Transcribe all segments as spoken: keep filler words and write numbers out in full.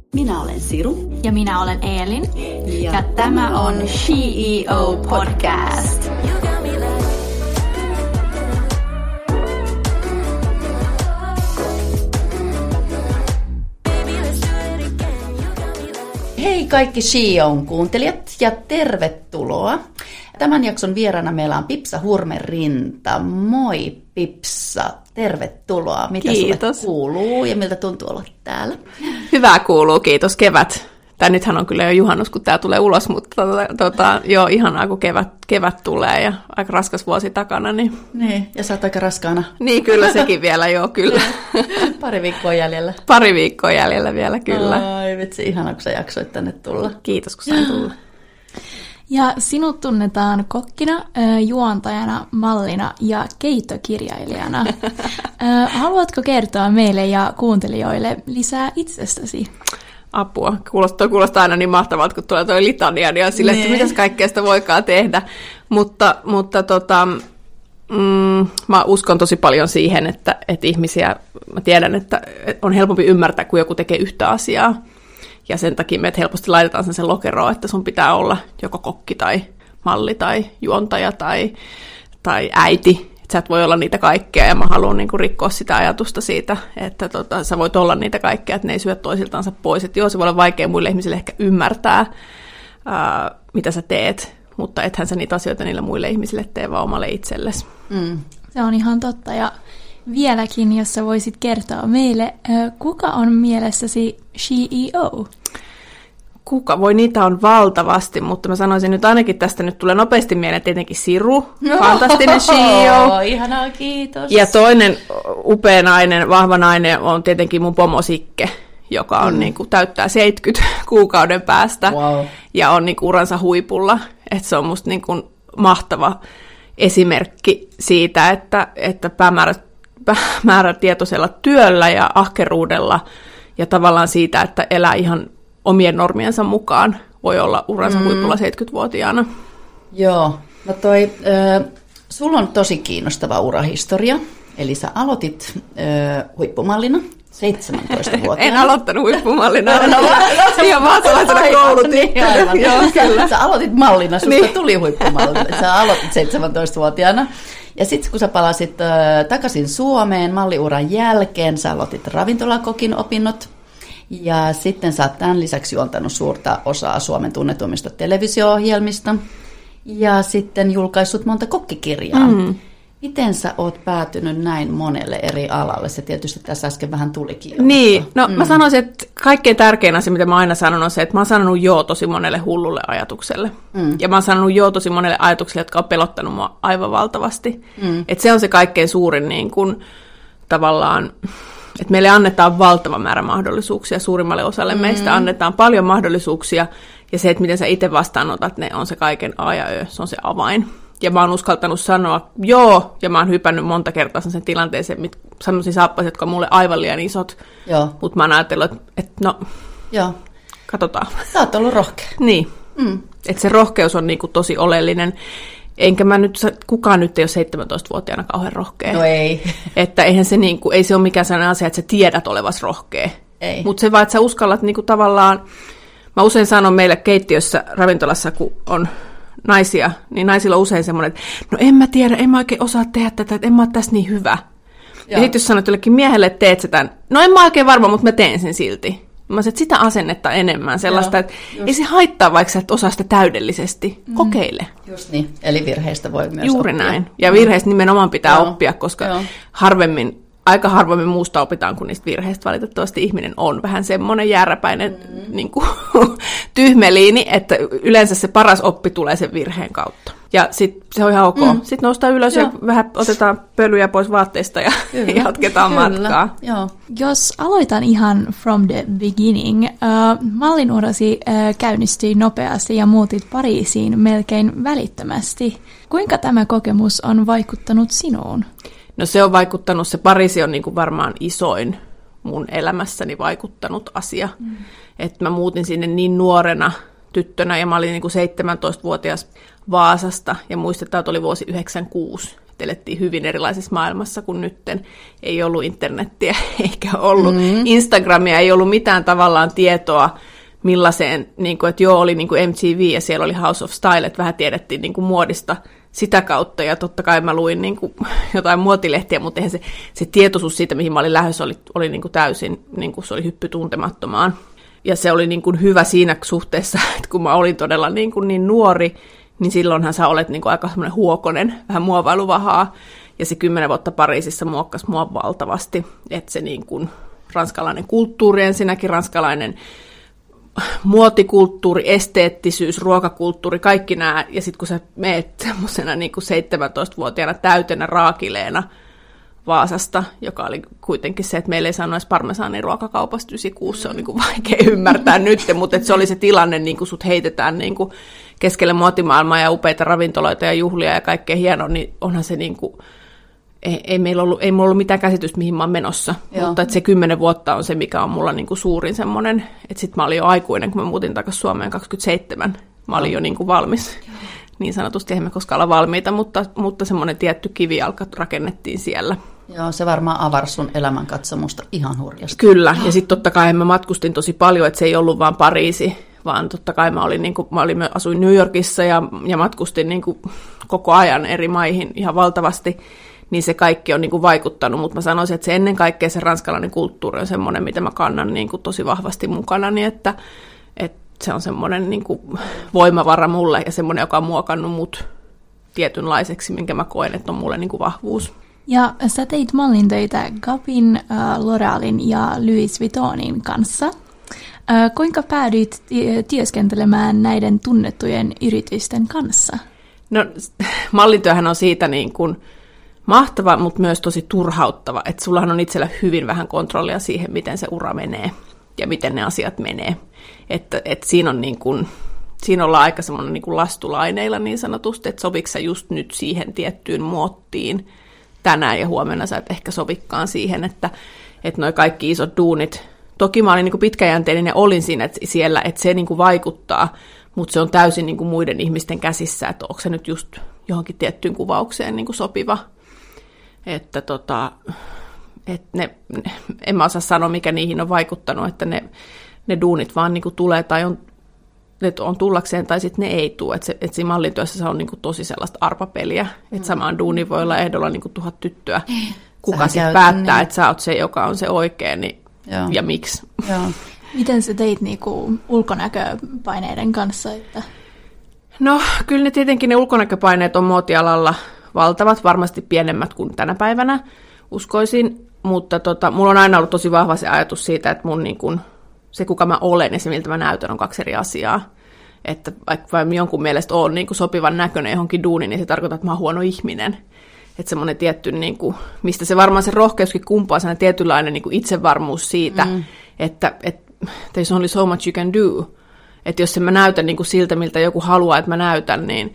Minä olen Siru. Ja minä olen Eelin. Ja, ja tämä on She E O Podcast. Hei kaikki She E O:n kuuntelijat ja tervetuloa. Tämän jakson vieraana meillä on Pipsa Hurmerinta. Moi Pipsa, tervetuloa. Mitä kiitos. Sulle kuuluu ja miltä tuntuu olla täällä? Hyvää kuuluu, kiitos. Kevät. Tai nythän on kyllä jo juhannus, kun tämä tulee ulos, mutta tota, tota, joo, ihanaa, kun kevät, kevät tulee ja aika raskas vuosi takana. Niin, niin ja sä oot aika raskaana. Niin, kyllä sekin vielä, joo, kyllä. Pari viikkoa jäljellä. Pari viikkoa jäljellä vielä, kyllä. Ai vitsi, ihanaa, kun sä jaksoit tänne tulla. Kiitos, kun sain tulla. Ja sinut tunnetaan kokkina, juontajana, mallina ja keittokirjailijana. Haluatko kertoa meille ja kuuntelijoille lisää itsestäsi? Apua. Kuulostaa, kuulostaa aina niin mahtavalta, kun tulee tuo litania, ja sille, että mitäs kaikkea sitä voikaan tehdä. Mutta, mutta tota, mm, mä uskon tosi paljon siihen, että, että ihmisiä, mä tiedän, että on helpompi ymmärtää, kun joku tekee yhtä asiaa. Ja sen takia me helposti laitetaan sen, sen lokeroon, että sun pitää olla joko kokki tai malli tai juontaja tai, tai äiti. Et sä et voi olla niitä kaikkea, ja mä haluan niinku rikkoa sitä ajatusta siitä, että tota, sä voit olla niitä kaikkea, että ne ei syö toisiltaansa pois. Et joo, se voi olla vaikea muille ihmisille ehkä ymmärtää, ää, mitä sä teet, mutta ethän sä niitä asioita niille muille ihmisille tee, vaan omalle itsellesi. Mm. Se on ihan totta, ja vieläkin, jos sä voisit kertoa meille, kuka on mielessäsi She E O? Kuka? Voi, niitä on valtavasti, mutta mä sanoisin nyt ainakin tästä nyt tulee nopeasti mieleen tietenkin Siru, no, fantastinen She E O. Ihanaa, kiitos. Ja toinen upea nainen, vahva nainen on tietenkin mun pomo Sikke, joka on mm. niin kuin, täyttää seitsemänkymmentä kuukauden päästä wow. ja on niin kuin, uransa huipulla. Et se on musta niin kuin, mahtava esimerkki siitä, että, että päämäärät määrätietoisella työllä ja ahkeruudella ja tavallaan siitä, että elää ihan omien normiensa mukaan, voi olla uransa mm. huipulla seitsemänkymmentävuotiaana. Joo, no toi, äh, sulla on tosi kiinnostava urahistoria, eli sä aloitit äh, huippumallina seitsemäntoistavuotiaana. En aloittanut huippumallina, no, no, ihan maatalaisena koulutyttönä. Joo, kyllä. Sä aloitit mallina, susta niin. tuli huippumalli, sä aloitit seitsemäntoistavuotiaana. Ja sitten kun sä palasit äh, takaisin Suomeen malliuran jälkeen, sä aloitit ravintolakokin opinnot. Ja sitten sä oot tämän lisäksi juontanut suurta osaa Suomen tunnetuimmista televisio-ohjelmista. Ja sitten julkaissut monta kokkikirjaa. Mm. Miten sä oot päätynyt näin monelle eri alalle? Se tietysti tässä äsken vähän tulikin jo. Niin, no mm. mä sanoisin, että kaikkein tärkein asia, mitä mä aina sanon, on se, että mä oon sanonut joo tosi monelle hullulle ajatukselle. Mm. Ja mä oon sanonut joo tosi monelle ajatukselle, jotka on pelottanut mua aivan valtavasti. Mm. Että se on se kaikkein suurin niin kun, tavallaan, että meille annetaan valtava määrä mahdollisuuksia. Suurimmalle osalle mm. meistä annetaan paljon mahdollisuuksia. Ja se, että miten sä itse vastaanotat, ne on se kaiken A ja Ö, se on se avain. Ja mä oon uskaltanut sanoa joo, ja mä oon hypännyt monta kertaa sen tilanteeseen, mit sanoisin saappaiset, jotka on mulle aivan liian isot. Mutta mä oon ajatellut, että et, no, joo. katsotaan. Sä oot ollut rohkea. Niin, mm. että se rohkeus on niinku tosi oleellinen. Enkä mä nyt, kukaan nyt ei ole seitsemäntoistavuotiaana kauhean rohkea. No ei. Että eihän se, niinku, ei se ole mikään sellainen asia, että sä tiedät olevas rohkea. Ei. Mutta se vaan, että sä uskallat niinku tavallaan, mä usein sanon meille keittiössä, ravintolassa, kun on naisia, niin naisilla on usein semmoinen, että no en mä tiedä, en mä oikein osaa tehdä tätä, että en mä ole tässä niin hyvä. Joo. Ja sitten jos sanot jollekin miehelle, että teet sä tämän, no en mä oikein varma, mutta mä teen sen silti. Mä sanoin, että sitä asennetta enemmän, sellaista, joo, että just. Ei se haittaa, vaikka sä et osaa sitä täydellisesti. Mm. Kokeile. Just niin, eli virheistä voi myös Juuri oppia. näin. Ja virheistä nimenomaan pitää joo. oppia, koska joo. harvemmin, aika harvemmin muusta opitaan kuin niistä virheistä. Valitettavasti ihminen on vähän semmoinen jääräpäinen mm. niin kuin, tyhmeliini, että yleensä se paras oppi tulee sen virheen kautta. Ja sitten se on ihan ok. Mm. Sitten noustaan ylös joo. ja vähän otetaan pölyjä pois vaatteista ja jatketaan Kyllä. matkaa. Joo. Jos aloitan ihan from the beginning, uh, mallinurasi uh, käynnistyi nopeasti ja muutit Pariisiin melkein välittömästi. Kuinka tämä kokemus on vaikuttanut sinuun? No se on vaikuttanut, se Pariisi on niin kuin varmaan isoin mun elämässäni vaikuttanut asia. Mm. Että mä muutin sinne niin nuorena tyttönä ja mä olin niin kuin seitsemäntoistavuotias Vaasasta ja muistetaan, että oli vuosi yhdeksänkymmentäkuusi. elettiin hyvin erilaisessa maailmassa kuin nytten. Ei ollut internettiä, eikä ollut mm-hmm. Instagramia, ei ollut mitään tavallaan tietoa, millaiseen, niin kuin, että joo, oli niin kuin M T V ja siellä oli House of Style, että vähän tiedettiin niin kuin muodista sitä kautta, ja totta kai mä luin niin kuin jotain muotilehtiä, mutta eihän se, se tietoisuus siitä, mihin mä olin lähdössä, oli, oli niin kuin täysin, niin kuin se oli hyppy tuntemattomaan. Ja se oli niin kuin hyvä siinä suhteessa, että kun mä olin todella niin, kuin niin nuori, niin silloinhan sä olet niin kuin aika semmoinen huokonen, vähän muovailuvahaa, ja se kymmenen vuotta Pariisissa muokkasi mua valtavasti, että se niin kuin ranskalainen kulttuuri ensinnäkin, ranskalainen muotikulttuuri, esteettisyys, ruokakulttuuri, kaikki nämä, ja sitten kun sä meet semmoisena niin kuin seitsemäntoistavuotiaana täytenä raakileena Vaasasta, joka oli kuitenkin se, että meillä ei saanut edes parmesaanin ruokakaupasta yhdeksänkymmentäkuusi, se on niin kuin vaikea ymmärtää nyt, mutta että se oli se tilanne, niin kuin sut heitetään niin kuin keskelle muotimaailmaa ja upeita ravintoloita ja juhlia ja kaikkea hienoa, niin onhan se niin kuin, ei, ei meillä ollut, ei mulla ollut mitään käsitystä, mihin mä oon menossa, Joo. mutta että se kymmenen vuotta on se, mikä on mulla niin kuin suurin semmoinen, että sit mä olin jo aikuinen, kun mä muutin takaisin Suomeen kaksikymmentäseitsemän, mä olin jo niin kuin valmis. Joo. Niin sanotusti eihän me koskaan olla valmiita, mutta, mutta semmoinen tietty kivijalka rakennettiin siellä. Joo, se varmaan avarsi sun elämänkatsomusta ihan hurjasti. Kyllä, ja sitten totta kai mä matkustin tosi paljon, että se ei ollut vaan Pariisi, vaan totta kai mä, olin, niin kuin, mä olin, asuin New Yorkissa ja, ja matkustin niin kuin koko ajan eri maihin ihan valtavasti, niin se kaikki on niin kuin vaikuttanut, mutta mä sanoisin, että se ennen kaikkea se ranskalainen kulttuuri on semmoinen, mitä mä kannan niin kuin tosi vahvasti mukana, niin että, että se on semmoinen niin kuin voimavara mulle ja semmoinen, joka on muokannut mut tietynlaiseksi, minkä mä koen, että on mulle niin kuin vahvuus. Ja sä teit mallintöitä Gapin, äh, L'Orealin ja Louis Vuittonin kanssa. Äh, kuinka päädyit työskentelemään näiden tunnettujen yritysten kanssa? No, mallintyöhän on siitä niin kuin mahtava, mutta myös tosi turhauttava, että sullahan on itsellä hyvin vähän kontrollia siihen, miten se ura menee ja miten ne asiat menee. Että, että siinä, on niin kuin, siinä ollaan aika semmoinen niin kuin lastulaineilla niin sanotusti, että soviks sä just nyt siihen tiettyyn muottiin tänään ja huomenna sä et ehkä sovikkaan siihen, että, että noi kaikki isot duunit, toki mä olin niin kuin pitkäjänteinen ja olin siinä että siellä, että se niin kuin vaikuttaa, mutta se on täysin niin kuin muiden ihmisten käsissä, että onko se nyt just johonkin tiettyyn kuvaukseen niin kuin sopiva. Että tota, et ne, en mä osaa sanoa, mikä niihin on vaikuttanut, että ne, ne duunit vaan niin kuin tulee tai on, ne on tullakseen tai sitten ne ei tule. Että et siinä mallintyössä se on niin kuin tosi sellaista arpapeliä, että samaan duuniin voi olla ehdolla niin kuin tuhat tyttöä. Kuka sitten päättää, niin. Että sä oot se, joka on se oikea, niin, ja miksi. Joo. Miten sä teit niinku ulkonäköpaineiden kanssa? Että... No kyllä ne tietenkin ne ulkonäköpaineet on muotialalla valtavat, varmasti pienemmät kuin tänä päivänä uskoisin, mutta tota, mulla on aina ollut tosi vahva se ajatus siitä, että mun niin kun, se kuka mä olen ja se miltä mä näytän on kaksi eri asiaa. Että vaikka jonkun mielestä on niin sopivan näköinen johonkin duuniin, niin se tarkoittaa, että mä oon huono ihminen. Että semmoinen tietty, niin kuin, mistä se varmaan se rohkeuskin kumpaa, sellainen tietynlainen niin kuin itsevarmuus siitä, mm. että, että there's only so much you can do. Että jos en mä näytän niin kuin siltä, miltä joku haluaa, että mä näytän, niin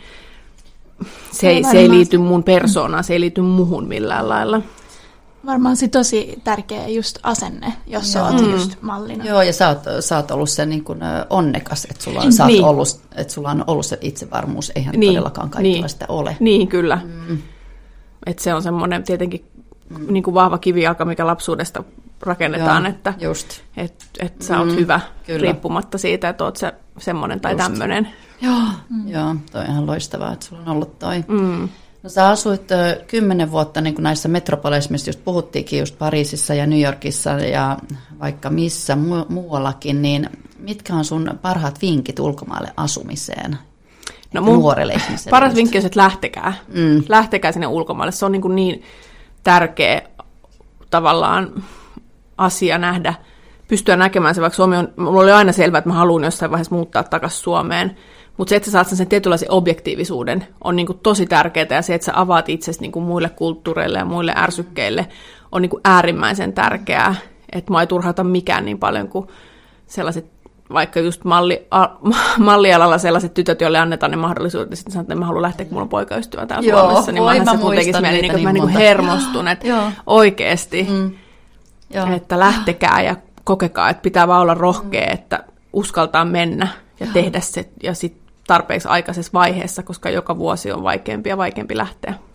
se ei, se ei liity mun persoonaan, se ei liity muhun millään lailla. Varmaan se tosi tärkeä just asenne, jos sä oot mm. just mallina. Joo, ja sä oot, sä oot ollut se niin kuin onnekas, että sulla, on, sä niin. ollut, että sulla on ollut se itsevarmuus, eihän niin. todellakaan kaikilla niin. sitä ole. Niin, kyllä. Mm. Että se on semmoinen tietenkin mm. niin kuin vahva kivijalka, mikä lapsuudesta rakennetaan, Joo, että et, et sä oot mm, hyvä kyllä. riippumatta siitä, että oot sä semmoinen tai tämmöinen. Joo, mm. Joo, toi on ihan loistavaa, että sulla on ollut toi. Mm. No sä asuit ö, kymmenen vuotta niin kuin näissä metropoleissa, mistä just puhuttiinkin, just Pariisissa ja New Yorkissa ja vaikka missä mu- muuallakin, niin mitkä on sun parhaat vinkit ulkomaille asumiseen? No mun paras vinkki on, että lähtekää. Mm. Lähtekää sinne ulkomaille. Se on niin, kuin niin tärkeä tavallaan asia nähdä, pystyä näkemään se, vaikka Suomi on, mulla oli aina selvää, että mä haluan jossain vaiheessa muuttaa takaisin Suomeen, mutta se, että sä saat sen tietynlaisen objektiivisuuden, on niin kuin tosi tärkeää, ja se, että sä avaat itsesi niin kuin muille kulttuureille ja muille ärsykkeille, on niin kuin äärimmäisen tärkeää, että mua ei turhauta mikään niin paljon kuin sellaiset, vaikka just malli, a, mallialalla sellaiset tytöt, joille annetaan ne mahdollisuudet, ja sitten sanotaan, että mä haluan lähteä, kun mulla on poikaystävä täällä Joo, Suomessa, niin mä, mä mun tekisi mieli, niin, että mä niin hermostun, että oikeasti, mm. että lähtekää ja kokekaa, että pitää vaan olla rohkea, että uskaltaa mennä ja Joo. tehdä se, ja sitten tarpeeksi aikaisessa vaiheessa, koska joka vuosi on vaikeampi ja vaikeampi lähteä.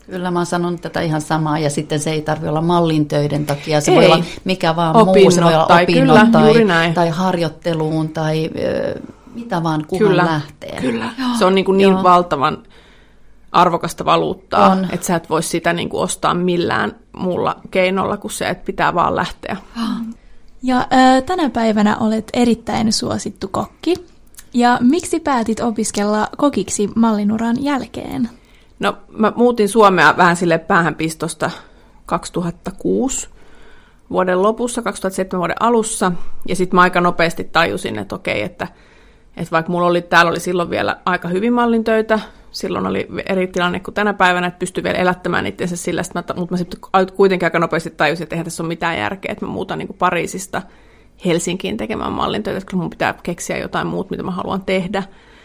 Kyllä, mä oon sanonut tätä ihan samaa, ja sitten se ei tarvitse olla mallintöiden takia, se ei. voi olla mikä vaan opinnot, muu, se voi olla tai opinnot kyllä, tai, tai harjoitteluun tai ö, mitä vaan, kunhan kyllä, lähtee. Kyllä, se on niin, kuin niin valtavan arvokasta valuuttaa, on. Että sä et voi sitä niin kuin ostaa millään muulla keinolla kuin se, että pitää vaan lähteä. Ja ö, tänä päivänä olet erittäin suosittu kokki. Ja miksi päätit opiskella kokiksi mallinuran jälkeen? No mä muutin Suomea vähän sille päähänpistosta kaksituhattakuusi vuoden lopussa, kaksituhattaseitsemän vuoden alussa. Ja sitten mä aika nopeasti tajusin, että okei, että, että vaikka mulla oli, täällä oli silloin vielä aika hyvin mallintöitä, silloin oli eri tilanne kuin tänä päivänä, että pystyi vielä elättämään itsensä sillä, mutta mä sitten kuitenkin aika nopeasti tajusin, että eihän tässä ole mitään järkeä, että mä muutan niin kuin Pariisista Helsinkiin tekemään mallintöitä, että mun pitää keksiä jotain muuta, mitä mä haluan tehdä.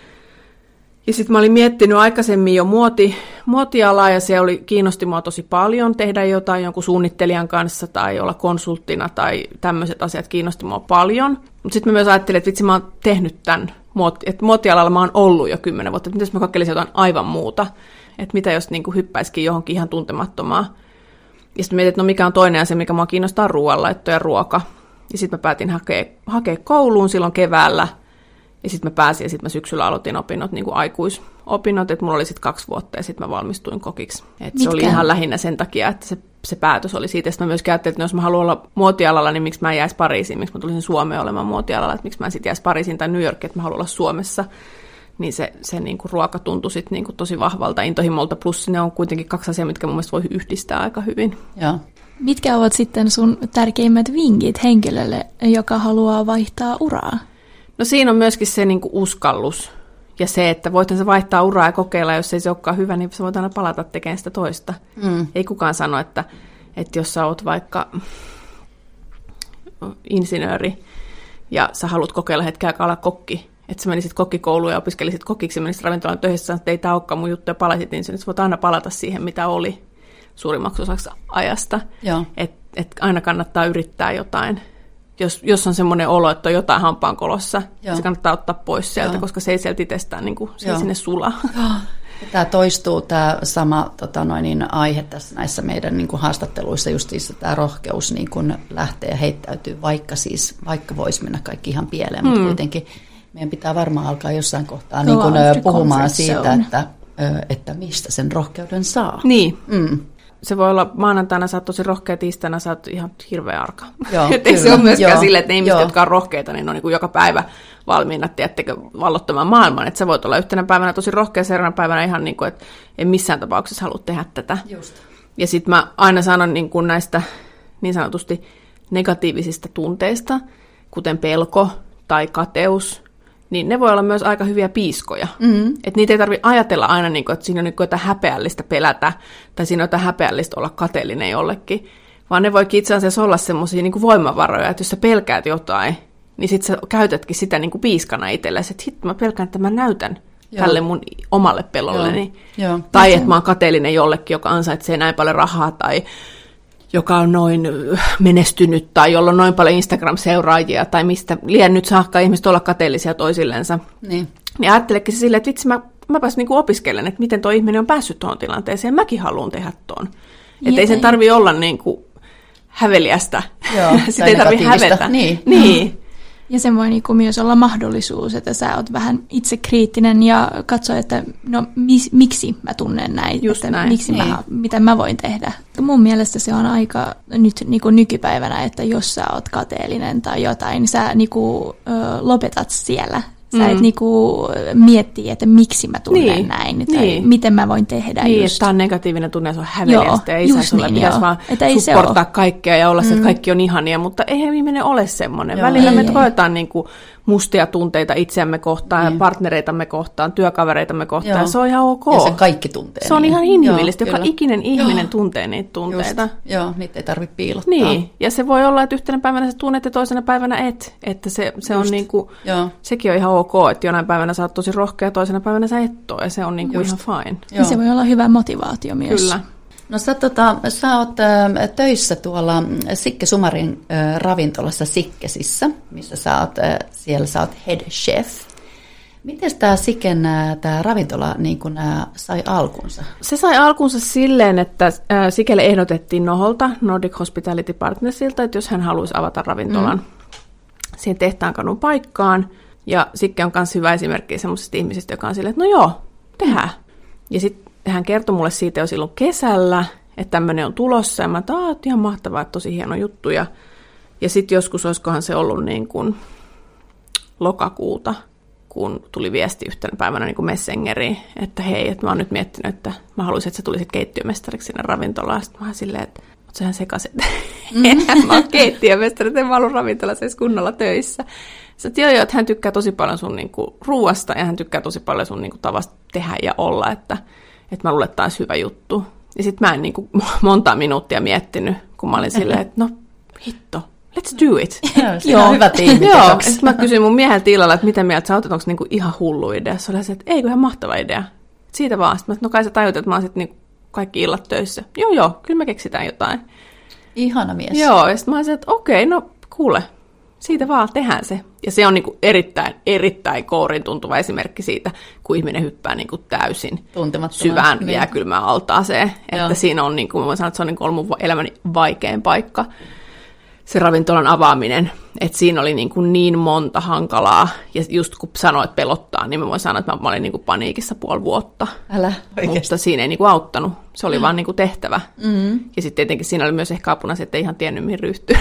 Ja sitten mä olin miettinyt aikaisemmin jo muoti, muotialaa, ja se oli, kiinnosti mua tosi paljon tehdä jotain jonkun suunnittelijan kanssa, tai olla konsulttina, tai tämmöiset asiat kiinnosti mua paljon. Mutta sitten mä myös ajattelin, että vitsi, mä oon tehnyt tämän, että muotialalla mä oon ollut jo kymmenen vuotta, että mitä jos mä kokeilisin jotain aivan muuta, että mitä jos niinku hyppäisikin johonkin ihan tuntemattomaan. Ja sitten mietin, että no mikä on toinen asia, mikä mua kiinnostaa, ruoanlaitto ja ruoka. Ja sitten mä päätin hakea, hakea kouluun silloin keväällä, ja sitten mä pääsin, ja sitten mä syksyllä aloitin opinnot, niin kuin aikuisopinnot, että mulla oli sitten kaksi vuotta, ja sitten mä valmistuin kokiksi. Et se oli ihan lähinnä sen takia, että se, se päätös oli siitä. Sitten mä myös ajattelin, että jos mä haluan olla muotialalla, niin miksi mä en jäisi Pariisiin, miksi mä tulisin Suomeen olemaan muotialalla, että miksi mä en sitten jäisi Pariisiin tai New Yorkiin, että mä haluan olla Suomessa. Niin se, se niin kuin ruoka tuntui sitten niin kuin tosi vahvalta intohimolta, plus ne on kuitenkin kaksi asiaa, mitkä mun mielestä voi yhdistää aika hyvin. Joo. Mitkä ovat sitten sun tärkeimmät vinkit henkilölle, joka haluaa vaihtaa uraa? No siinä on myöskin se niin kuin uskallus ja se, että voithan se vaihtaa uraa ja kokeilla, jos ei se olekaan hyvä, niin sä voit aina palata tekemään sitä toista. Mm. Ei kukaan sano, että, että jos sä oot vaikka insinööri ja sä haluat kokeilla hetken aikaa olla kokki, että sä menisit kokkikouluun ja opiskelisit kokiksi ja menisit ravintolan töissä, että ei tämä olekaan mun juttu ja palaisit insinööri, sä voit aina palata siihen, mitä oli suurimmaksi osaksi ajasta. Että et aina kannattaa yrittää jotain. Jos, jos on semmoinen olo, että on jotain hampaankolossa, se kannattaa ottaa pois sieltä, Joo. koska se ei sieltä itsestään niin kuin, se ei sinne sula. Tämä toistuu, tämä sama tota noin, niin aihe tässä näissä meidän niin kuin haastatteluissa, justiinsa tämä rohkeus niin kuin lähtee ja heittäytyy, vaikka, siis, vaikka voisi mennä kaikki ihan pieleen, hmm. mutta kuitenkin meidän pitää varmaan alkaa jossain kohtaa niin kuin, puhumaan siitä, että, että mistä sen rohkeuden saa. Niin. Mm. Se voi olla maanantaina, sä oot tosi rohkea, tiistaina sä oot ihan hirveä arka. Ei se ole myöskään silleen, että ne ihmiset, Joo. jotka on rohkeita, niin on niin kuin joka päivä valmiina, tiedättekö, vallottamaan maailman. Että sä voit olla yhtenä päivänä tosi rohkea, seuraavana päivänä ihan niin kuin, että en missään tapauksessa halua tehdä tätä. Just. Ja sitten mä aina sanon niin kuin näistä niin sanotusti negatiivisista tunteista, kuten pelko tai kateus, niin ne voi olla myös aika hyviä piiskoja. Mm-hmm. Että niitä ei tarvitse ajatella aina, niin kuin, että siinä on niin kuin jotain häpeällistä pelätä, tai siinä on jotain häpeällistä olla kateellinen jollekin, vaan ne voikin itse asiassa olla semmoisia niin kuin voimavaroja, että jos sä pelkäät jotain, niin sit sä käytätkin sitä niin kuin piiskana itsellesi, että hit, mä pelkään, että mä näytän Joo. tälle mun omalle pelolleni. Joo. Joo. Tai että mä oon kateellinen jollekin, joka ansaitsee näin paljon rahaa, tai joka on noin menestynyt tai jolla on noin paljon Instagram-seuraajia tai mistä liian nyt saakka ihmiset olla kateellisia toisillensa. Niin, niin ajattelekin se silleen, että vitsi, mä, mä pääsin niinku opiskelemaan, että miten tuo ihminen on päässyt tuohon tilanteeseen. Mäkin haluan tehdä tuon. Että ei sen tarvitse olla niinku häveliästä. Joo, sitä ei tarvitse hävetä. Niin. niin. Ja se voi niinku myös olla mahdollisuus, että sä oot vähän itsekriittinen ja katso, että no mis, miksi mä tunnen näin, Just että näin. miksi niin. mä, mitä mä voin tehdä. Mun mielestä se on aika nyt niinku nykypäivänä, että jos sä oot kateellinen tai jotain, niin sä niinku, ö, lopetat siellä. Sä mm. et niinku miettiä, että miksi mä tunnen niin. näin, tai niin. miten mä voin tehdä. Niin, just. että tämä on negatiivinen tunne, se on häveliästä, ja ei saa sulle niin, pitäisi vaan supporttaa kaikkea ja olla mm. se, että kaikki on ihania, mutta eihän ihminen ole semmoinen. Joo, Välillä ei, me koetaan niinku mustia tunteita itseämme kohtaan, niin. ja partnereitamme kohtaan, työkavereitamme kohtaan, ja se on ihan ok. Ja se kaikki tuntee. Se on niin. ihan inhimillistä, joka Kyllä. ikinen ihminen Joo. tuntee niitä tunteita. Just. Joo, niitä ei tarvitse piilottaa. Niin, ja se voi olla, että yhtenä päivänä sä tunnet ja toisena päivänä et, että se, se on niinku, sekin on ihan ok, että jonain päivänä sä oot tosi rohkea, toisena päivänä sä et ole, ja se on niinku ihan fine. Ja se voi olla hyvä motivaatio myös. Kyllä. No sä, tota, sä oot ä, töissä tuolla Sikke Sumarin ä, ravintolassa Sikkesissä, missä sä oot, ä, siellä sä oot head chef. Miten tämä Siken tämä ravintola niin kun, ää, sai alkunsa? Se sai alkunsa silleen, että ää, Sikelle ehdotettiin Noholta, Nordic Hospitality Partnersilta, että jos hän haluaisi avata ravintolan mm. siihen Tehtaankadun paikkaan. Ja Sikke on myös hyvä esimerkki semmoisista ihmisistä, joka on silleen, että no joo, tehdään. Ja sitten hän kertoi mulle siitä jo silloin kesällä, että tämmöinen on tulossa. Ja mä ajattelin, että ihan mahtavaa, että tosi hieno juttu. Ja, ja sitten joskus, olisikohan se ollut niin kuin lokakuuta, kun tuli viesti yhtenä päivänä niin kuin Messengeriin, että hei, että mä oon nyt miettinyt, että mä haluaisin, että sä tulisit keittiömestariksi sinne ravintolaan. Sitten mä oon silleen, että oot sä ihan sekaisin, että mm. mä oon keittiömestari, että en mä ollut ravintolassa edes kunnolla töissä. Sitten joo, joo, että hän tykkää tosi paljon sun niin kuin ruuasta ja hän tykkää tosi paljon sun niin kuin tavasta tehdä ja olla, että, että mä luulen, että tämä olisi hyvä juttu. Ja sitten mä en niin kuin monta minuuttia miettinyt, kun mä olin silleen, että no hitto. Let's do it. Joo, on hyvä tiimi. Joo, sitten mä kysyin mun mieheltä illalla, että mitä mieltä sä oot, onko niinku ihan hullu idea. Se oli se, että eikö ihan mahtava idea. Siitä vaan. Sitten mä, no kai sä tajut, että mä oon sitten niinku kaikki illat töissä. Joo, joo, kyllä me keksitään jotain. Ihana mies. Joo, ja sitten mä olisin, että okei, no kuule, siitä vaan tehdään se. Ja se on niinku erittäin, erittäin kourin tuntuva esimerkki siitä, kun ihminen hyppää niinku täysin syvään jääkylmään altaaseen. Että joo. Siinä on, niinku, mä voin sanoa, että se on niinku ollut mun elämäni vaikein paikka. Se ravintolan avaaminen, että siinä oli niin, kuin niin monta hankalaa, ja just kun sanoit pelottaa, niin mä voin sanoa, että mä olin niin kuin paniikissa puoli vuotta. Älä oikeasti. Mutta siinä ei niin kuin auttanut, se oli mm. vaan niin kuin tehtävä. Mm. Ja sitten tietenkin siinä oli myös ehkä apuna, että ei ihan tiennyt, mihin ryhtyä.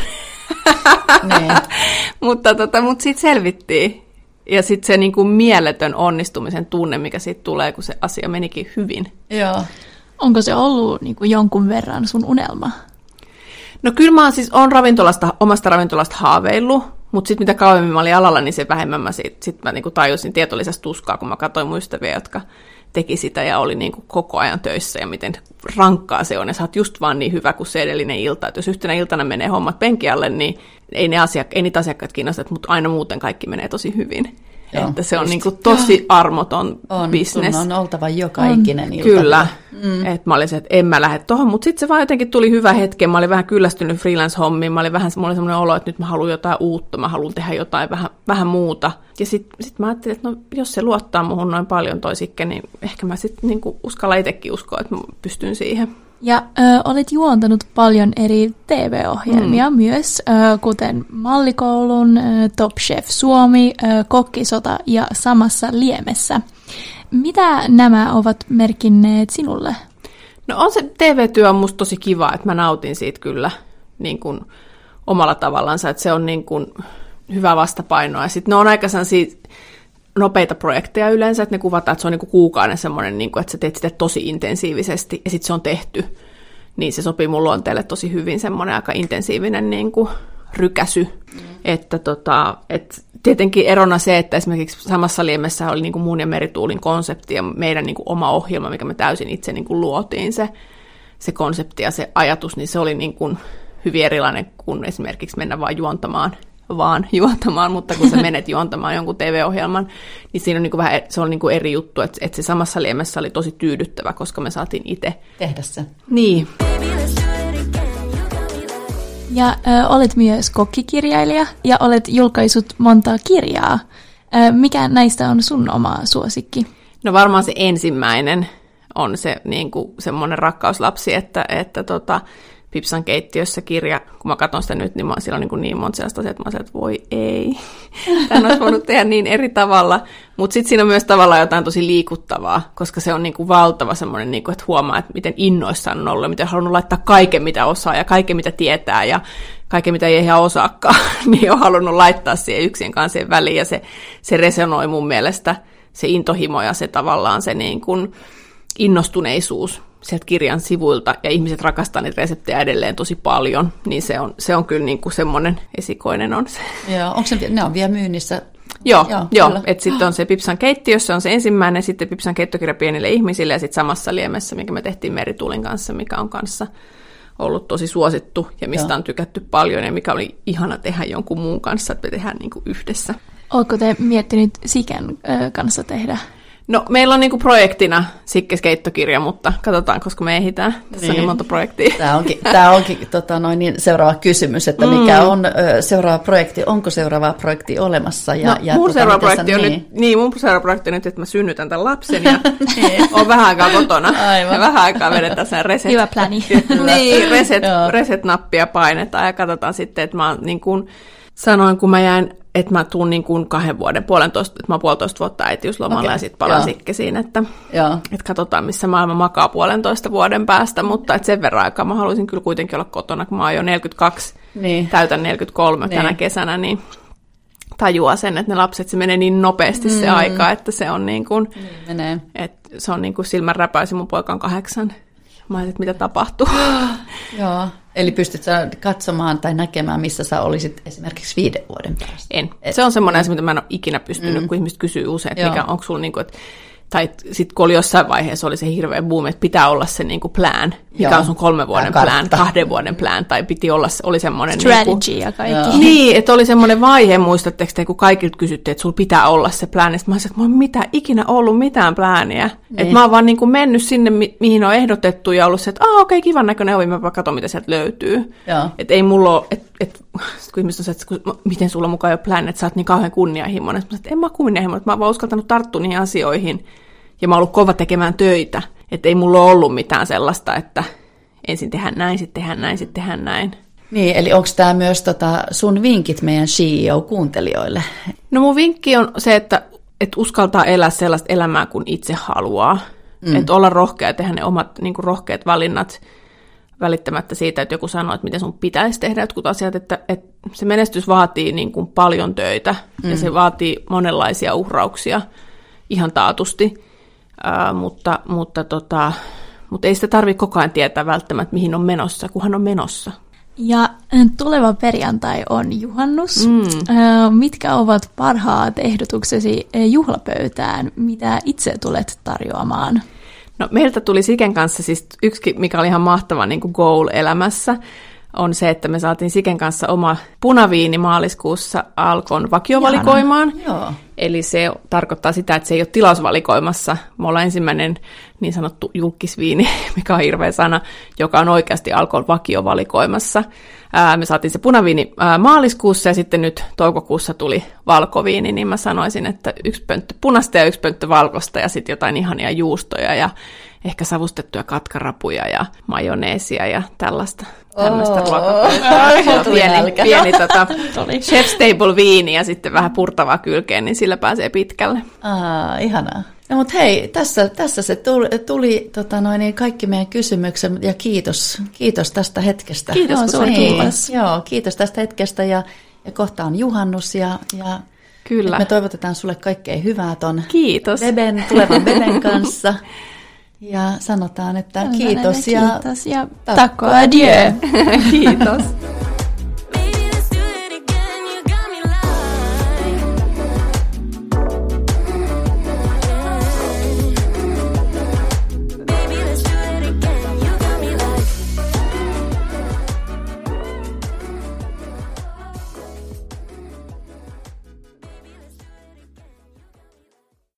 mutta tota, mutta siitä selvittiin. Ja sitten se niin kuin mieletön onnistumisen tunne, mikä siitä tulee, kun se asia menikin hyvin. Joo. Onko se ollut niin kuin jonkun verran sun unelma? No kyllä mä siis on ravintolasta, omasta ravintolasta haaveillut, mutta sitten mitä kauemmin mä olin alalla, niin se vähemmän mä sit, sit mä niinku tajusin tietollisesti tuskaa, kun mä katsoin mun ystäviä, jotka teki sitä ja oli niinku koko ajan töissä ja miten rankkaa se on. Ja sä oot just vaan niin hyvä kuin se edellinen ilta, että jos yhtenä iltana menee hommat penkialle, niin ei, ne asiak- ei niitä asiakkaat kiinnosta, mutta aina muuten kaikki menee tosi hyvin. Joo, että se on niinku tosi armoton on, business. On oltava joka ikinen ilta. Kyllä. Mm. Että mä olin se, että en mä lähde tohon, mutta sitten se vaan jotenkin tuli hyvä hetki. Mä olin vähän kyllästynyt freelance-hommiin. Mä olin vähän mulla oli semmoinen olo, että nyt mä haluan jotain uutta, mä haluan tehdä jotain vähän, vähän muuta. Ja sitten sit mä ajattelin, että no, jos se luottaa muhun noin paljon toi Sikke, niin ehkä mä sitten niinku uskallan itsekin uskoa, että mä pystyn siihen. Ja ö, olet juontanut paljon eri T V-ohjelmia mm. myös, ö, kuten Mallikoulun, ö, Top Chef Suomi, ö, Kokkisota ja Samassa liemessä. Mitä nämä ovat merkinneet sinulle? No on se T V-työ on musta tosi kiva, että mä nautin siitä kyllä niin kuin omalla tavallansa, että se on niin kuin hyvä vastapainoa. Ja sitten ne on aika sellaisia nopeita projekteja yleensä, että ne kuvataan, että se on niin kuin kuukauden semmoinen, niin kuin, että sä teet sitä tosi intensiivisesti ja sitten se on tehty. Niin se sopii mun luonteelle tosi hyvin, semmoinen aika intensiivinen niin kuin rykäsy. Mm. Että tota, et tietenkin erona se, että esimerkiksi Samassa liemessä oli niin kuin mun ja Merituulin konsepti ja meidän niin kuin oma ohjelma, mikä me täysin itse niin kuin luotiin se, se konsepti ja se ajatus, niin se oli niin kuin hyvin erilainen kuin esimerkiksi mennä vaan juontamaan, vaan juontamaan, mutta kun sä menet juontamaan jonkun T V-ohjelman, niin siinä on niin kuin vähän, se on niin kuin eri juttu, että, että se Samassa liemessä oli tosi tyydyttävä, koska me saatiin itse tehdä se. Niin. Ja ö, olet myös kokkikirjailija ja olet julkaissut monta kirjaa. Ö, mikä näistä on sun oma suosikki? No varmaan se ensimmäinen on se niin kuin semmoinen rakkauslapsi, että, että tota, Pipsan keittiössä kirja, kun mä katson sitä nyt, niin mä, siellä on niin, niin monta sellaista asiaa, että mä sanoin, että voi ei. Tämän olisi voinut tehdä niin eri tavalla. Mutta sitten siinä on myös tavallaan jotain tosi liikuttavaa, koska se on niin kuin valtava semmoinen, niin kuin, että huomaa, että miten innoissaan on ollut, miten on halunnut laittaa kaiken, mitä osaa ja kaiken, mitä tietää ja kaiken, mitä ei ihan osaakaan, niin on halunnut laittaa siihen yksien kanssa siihen väliin. Ja se, se resonoi mun mielestä, se intohimo ja se tavallaan se niin kuin innostuneisuus sieltä kirjan sivuilta, ja ihmiset rakastaa niitä reseptejä edelleen tosi paljon, niin se on, se on kyllä niin kuin semmoinen esikoinen on se. Joo, onko se, ne on vielä myynnissä? Joo, joo, joo. Että sitten on se Pipsan keittiössä, on se ensimmäinen, sitten Pipsan keittokirja pienille ihmisille, ja sitten Samassa liemessä, minkä me tehtiin Merituulin kanssa, mikä on kanssa ollut tosi suosittu, ja mistä joo. on tykätty paljon, ja mikä oli ihana tehdä jonkun muun kanssa, että me tehdään niin kuin yhdessä. Oletko te miettinyt Siken kanssa tehdä? No, meillä on niinku projektina Sikkes-keittokirja, mutta katsotaan, koska me ehditään. Tässä niin. on niin monta projektia. Tämä onkin, tämä onkin tota, noin, niin seuraava kysymys, että mikä mm. on ö, seuraava projekti, onko seuraava projekti olemassa? Ja, no, ja, mun tota, seuraava projekti sä, on niin. nyt, niin, mun seuraava projekti on nyt, että mä synnytän tämän lapsen ja on vähän aikaa kotona. Aivan. Ja vähän aikaa vedetään sen reset. Hyvä pläni. niin, reset, reset-nappia painetaan ja katsotaan sitten, että mä niin kuin sanoin, kun mä jäin, että mä tuun niin kuin kahden vuoden, puolentoista, että mä oon puolitoista vuotta äitiyslomalla okay. ja sitten palaan Sikkesiin, että, että katsotaan, missä maailma makaa puolentoista vuoden päästä, mutta että sen verran aikaa mä haluaisin kyllä kuitenkin olla kotona, kun mä oon jo neljäkymmentäkaksi, niin. täytän neljäkymmentäkolme niin. tänä kesänä, niin tajua sen, että ne lapset, se menee niin nopeasti mm. se aika, että se on niin kuin, niin menee. Että se on niin kuin silmän räpäisi, mun poika on kahdeksan. Mä ajattelin, että mitä tapahtuu. Joo, eli pystyt sä katsomaan tai näkemään, missä sä olisit esimerkiksi viiden vuoden päästä? En. Et, se on semmoinen asia, mitä mä en ole ikinä pystynyt, mm. kun ihmiset kysyy usein, että mikä, onko sulla niin kuin, että tai sitten kun oli jossain vaiheessa oli se hirveä boom, että pitää olla se niinku plan, mikä Joo. on sun kolmen vuoden plan, kahden vuoden plan, tai piti olla, oli semmoinen strategy niinku, ja kaikki. Joo. Niin, että oli semmoinen vaihe, muistatteko te, kun kaikilta kysyttiin, että sulla pitää olla se plan, ja sitten mä olisin, että mä oon mitään, ikinä ollut mitään plania. Niin. Että mä oon vaan niinku mennyt sinne, mi- mihin on ehdotettu, ja ollut se, että aah okei, okay, kivan näköinen ovi, mä katson, mitä sieltä löytyy. Että ei mulla ole, että et, kun ihmiset on se, että miten sulla mukaan ei ole plan, että sä oot niin kauhean kunnianhimoinen. Mä sanoin, että en mä ole kunnianhimoinen, että mä oon vaan uskaltanut tarttua niihin asioihin. Ja mä oon ollut kova tekemään töitä, että ei mulla ole ollut mitään sellaista, että ensin tehdään näin, sitten tehdään näin, sitten tehdään näin. Niin, eli onko tämä myös tota sun vinkit meidän C E O-kuuntelijoille? No mun vinkki on se, että, että uskaltaa elää sellaista elämää, kun itse haluaa. Mm. Että olla rohkea ja tehdä ne omat niin kuin rohkeat valinnat välittämättä siitä, että joku sanoo, että miten sun pitäisi tehdä jotkut asiat. Että, että se menestys vaatii niin kuin paljon töitä mm. ja se vaatii monenlaisia uhrauksia ihan taatusti. Uh, mutta, mutta, tota, mutta ei sitä tarvitse koko ajan tietää välttämättä, mihin on menossa, kunhan on menossa. Ja tuleva perjantai on juhannus. Mm. Uh, mitkä ovat parhaat ehdotuksesi juhlapöytään, mitä itse tulet tarjoamaan? No, meiltä tuli Siken kanssa siis yksi, mikä oli ihan mahtava niin kuin goal elämässä, on se, että me saatiin Siken kanssa oma punaviini maaliskuussa Alkon vakiovalikoimaan. Eli se tarkoittaa sitä, että se ei ole tilausvalikoimassa. Me ollaan ensimmäinen niin sanottu julkisviini, mikä on hirveä sana, joka on oikeasti Alkon vakiovalikoimassa. Ää, me saatiin se punaviini ää, maaliskuussa ja sitten nyt toukokuussa tuli valkoviini, niin mä sanoisin, että yksi pönttö punasta ja yksi pönttö valkoista ja sitten jotain ihania juustoja ja ehkä savustettuja katkarapuja ja majoneesia ja tällaista. Tämmöistä oh, ruokapöytää. Pieni, pieni tota, chef's table viini ja sitten vähän purtavaa kylkeen, niin sillä pääsee pitkälle. Aa, ihanaa. No, mutta hei, tässä, tässä se tuli, tuli tota noin, niin kaikki meidän kysymykset ja kiitos, kiitos tästä hetkestä. Kiitos, joo, suuri niin, kiitos. Joo, kiitos tästä hetkestä ja, ja kohta on juhannus ja, ja Kyllä. me toivotetaan sulle kaikkea hyvää ton kiitos. Beben, tulevan Beben kanssa. Ja sanotaan, että kiitos ja, kiitos ja takko adieu. Kiitos.